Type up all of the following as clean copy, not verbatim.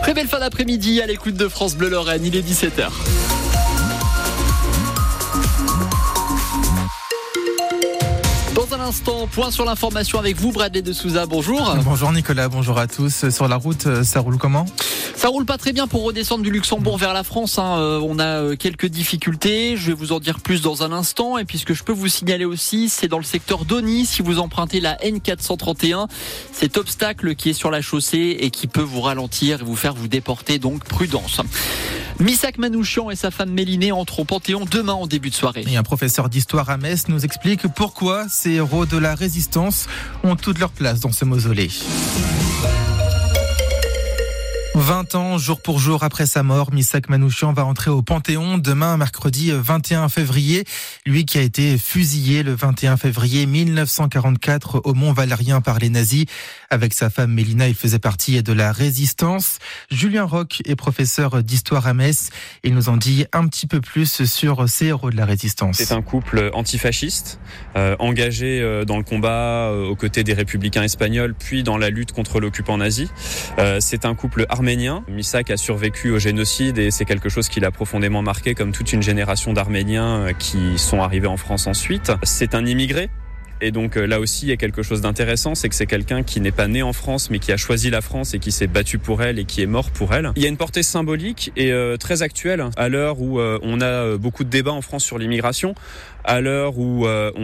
Très belle fin d'après-midi à l'écoute de France Bleu Lorraine, il est 17h. Dans un instant, point sur l'information avec vous, Bradley de Souza, bonjour. Bonjour Nicolas, bonjour à tous. Sur la route, ça roule comment ? Ça roule pas très bien pour redescendre du Luxembourg vers la France. On a quelques difficultés. Je vais vous en dire plus dans un instant. Et puis ce que je peux vous signaler aussi, c'est dans le secteur d'Osny. Si vous empruntez la N431, cet obstacle qui est sur la chaussée et qui peut vous ralentir et vous faire vous déporter. Donc prudence. Missak Manouchian et sa femme Mélinée entrent au Panthéon demain en début de soirée. Et un professeur d'histoire à Metz nous explique pourquoi ces héros de la résistance ont toute leur place dans ce mausolée. 20 ans, jour pour jour après sa mort, Missak Manouchian va entrer au Panthéon demain, mercredi 21 février. Lui qui a été fusillé le 21 février 1944 au Mont Valérien par les nazis. Avec sa femme Mélina, il faisait partie de la résistance. Julien Roch est professeur d'histoire à Metz. Il nous en dit un petit peu plus sur ces héros de la résistance. C'est un couple antifasciste, engagé dans le combat aux côtés des républicains espagnols, puis dans la lutte contre l'occupant nazi. C'est un couple arménien. Missak a survécu au génocide et c'est quelque chose qui l'a profondément marqué, comme toute une génération d'Arméniens qui sont arrivés en France ensuite. C'est un immigré. Et donc là aussi, il y a quelque chose d'intéressant, c'est que c'est quelqu'un qui n'est pas né en France, mais qui a choisi la France et qui s'est battu pour elle et qui est mort pour elle. Il y a une portée symbolique et très actuelle, à l'heure où on a beaucoup de débats en France sur l'immigration, à l'heure où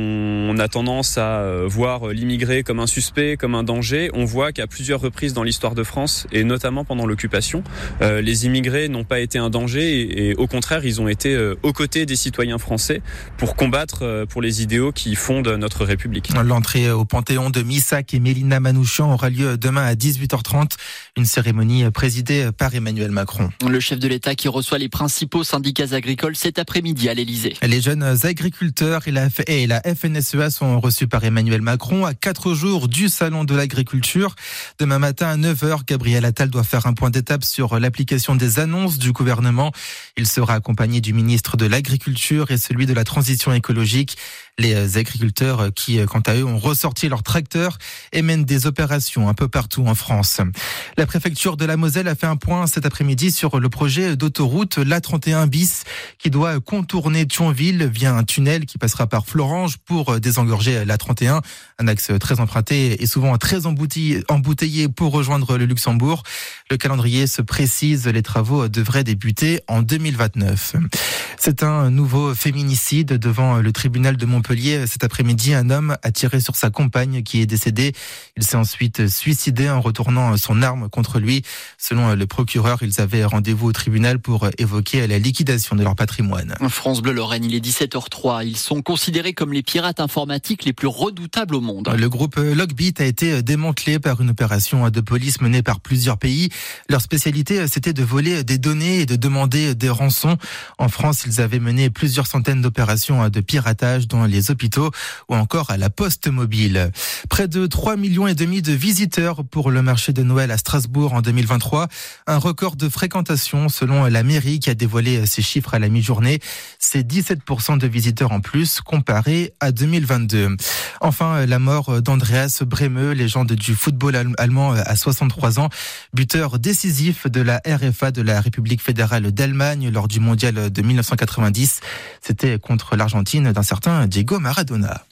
on a tendance à voir l'immigré comme un suspect, comme un danger. On voit qu'à plusieurs reprises dans l'histoire de France, et notamment pendant l'occupation, les immigrés n'ont pas été un danger et au contraire, ils ont été aux côtés des citoyens français pour combattre pour les idéaux qui fondent notre République. L'entrée au Panthéon de Missak et Mélina Manouchian aura lieu demain à 18h30. Une cérémonie présidée par Emmanuel Macron. Le chef de l'État qui reçoit les principaux syndicats agricoles cet après-midi à l'Elysée. Les jeunes agriculteurs et la FNSEA sont reçus par Emmanuel Macron à 4 jours du Salon de l'Agriculture. Demain matin à 9h, Gabriel Attal doit faire un point d'étape sur l'application des annonces du gouvernement. Il sera accompagné du ministre de l'Agriculture et celui de la Transition écologique. Les agriculteurs qui, quant à eux, ont ressorti leurs tracteurs et mènent des opérations un peu partout en France. La préfecture de la Moselle a fait un point cet après-midi sur le projet d'autoroute l'A31 bis qui doit contourner Thionville via un tunnel qui passera par Florange pour désengorger l'A31, un axe très emprunté et souvent très embouteillé pour rejoindre le Luxembourg. Le calendrier se précise, les travaux devraient débuter en 2029. C'est un nouveau féminicide devant le tribunal de Montpellier. Cet après-midi, un homme a tiré sur sa compagne qui est décédée. Il s'est ensuite suicidé en retournant son arme contre lui. Selon le procureur, ils avaient rendez-vous au tribunal pour évoquer la liquidation de leur patrimoine. France Bleu Lorraine, il est 17h03. Ils sont considérés comme les pirates informatiques les plus redoutables au monde. Le groupe Logbit a été démantelé par une opération de police menée par plusieurs pays. Leur spécialité, c'était de voler des données et de demander des rançons. En France, ils avaient mené plusieurs centaines d'opérations de piratage dans les hôpitaux ou encore à la poste mobile. Près de 3,5 millions de visiteurs pour le marché de Noël à Strasbourg en 2023. Un record de fréquentation selon la mairie qui a dévoilé ses chiffres à la mi-journée. C'est 17% de visiteurs en plus comparé à 2022. Enfin, la mort d'Andreas Brehme, légende du football allemand à 63 ans, buteur décisif de la RFA de la République fédérale d'Allemagne lors du mondial de 1990. C'était contre l'Argentine d'un certain Diego Maradona.